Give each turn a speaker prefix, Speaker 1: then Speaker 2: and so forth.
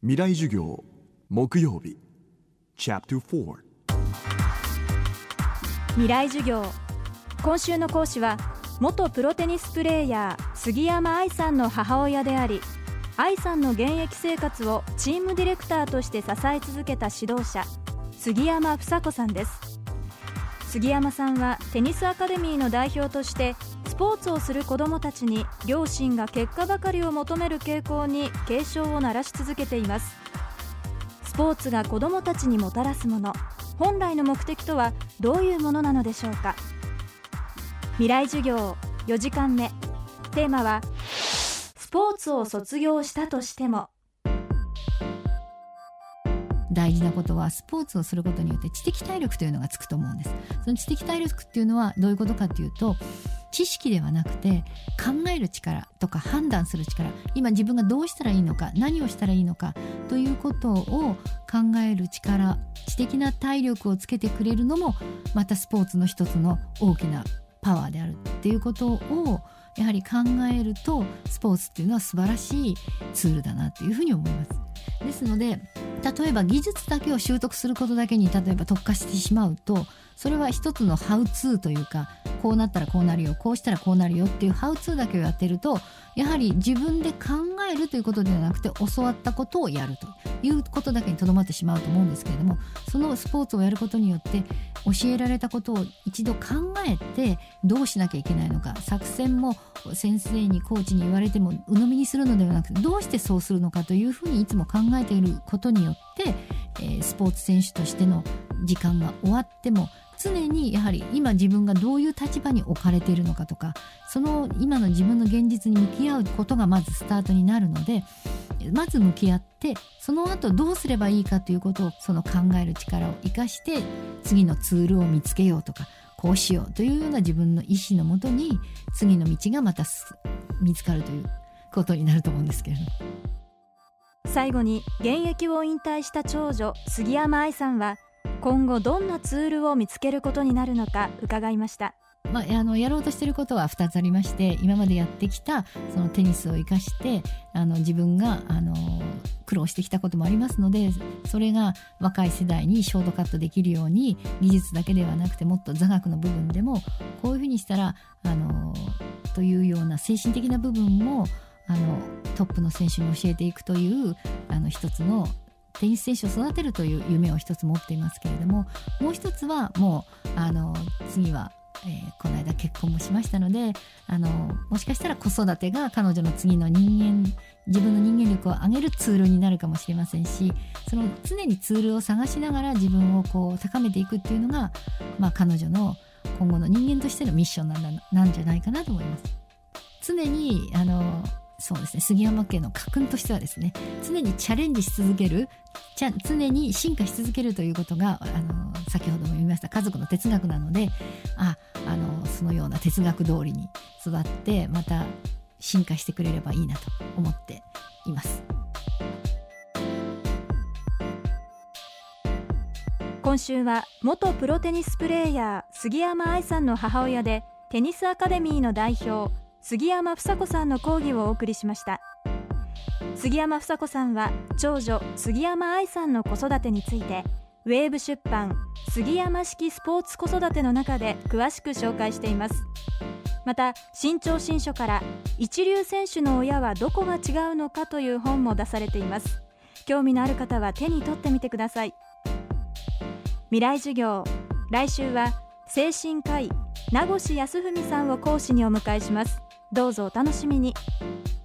Speaker 1: 未来授業木曜日チャプター4
Speaker 2: 未来授業、今週の講師は元プロテニスプレーヤー杉山愛さんの母親であり、愛さんの現役生活をチームディレクターとして支え続けた指導者、杉山房子さんです。杉山さんはテニスアカデミーの代表としてスポーツをする子どもたちに両親が結果ばかりを求める傾向に警鐘を鳴らし続けています。スポーツが子どもたちにもたらすもの、本来の目的とはどういうものなのでしょうか。未来授業4時間目、テーマはスポーツを卒業したとしても。
Speaker 3: 大事なことは、スポーツをすることによって知的体力というのがつくと思うんです。その知的体力っていうのはどういうことかというと、知識ではなくて考える力とか判断する力、今自分がどうしたらいいのか、何をしたらいいのかということを考える力、知的な体力をつけてくれるのもまたスポーツの一つの大きなパワーであるっていうことをやはり考えると、スポーツっていうのは素晴らしいツールだなというふうに思います。ですので、例えば技術だけを習得することだけに例えば特化してしまうと、それは一つのハウツーというか、こうなったらこうなるよ、こうしたらこうなるよっていうハウツーだけをやってると、やはり自分で考えるということではなくて、教わったことをやるということだけにとどまってしまうと思うんですけれども、そのスポーツをやることによって教えられたことを一度考えて、どうしなきゃいけないのか、作戦も先生にコーチに言われても鵜呑みにするのではなくて、どうしてそうするのかというふうにいつも考えていることによって、スポーツ選手としての時間が終わっても、常にやはり今自分がどういう立場に置かれているのかとか、その今の自分の現実に向き合うことがまずスタートになるので、まず向き合って、その後どうすればいいかということを、その考える力を生かして次のツールを見つけようとか、こうしようというような自分の意思のもとに次の道がまた見つかるということになると思うんですけれども。
Speaker 2: 最後に現役を引退した長女杉山愛さんは、今後どんなツールを見つけることになるのか伺いました。
Speaker 3: やろうとしていることは2つありまして、今までやってきたそのテニスを生かして、自分が苦労してきたこともありますので、それが若い世代にショートカットできるように、技術だけではなくてもっと座学の部分でもこういうふうにしたらというような精神的な部分もトップの選手に教えていくという一つのテニス選手を育てるという夢を一つ持っていますけれども、もう一つはもう次は、この間結婚もしましたので、もしかしたら子育てが彼女の次の自分の人間力を上げるツールになるかもしれませんし、その常にツールを探しながら自分を高めていくっていうのが、彼女の今後の人間としてのミッションなんじゃないかなと思います。常にそうですね、杉山家の家訓としてはですね、常にチャレンジし続ける、常に進化し続けるということが先ほども言いました家族の哲学なので、そのような哲学通りに育ってまた進化してくれればいいなと思っています。
Speaker 2: 今週は元プロテニスプレーヤー杉山愛さんの母親でテニスアカデミーの代表杉山房子さんの講義をお送りしました。杉山房子さんは長女杉山愛さんの子育てについて、ウェーブ出版杉山式スポーツ子育ての中で詳しく紹介しています。また新潮新書から一流選手の親はどこが違うのかという本も出されています。興味のある方は手に取ってみてください。未来授業、来週は精神科医名越康文さんを講師にお迎えします。どうぞお楽しみに。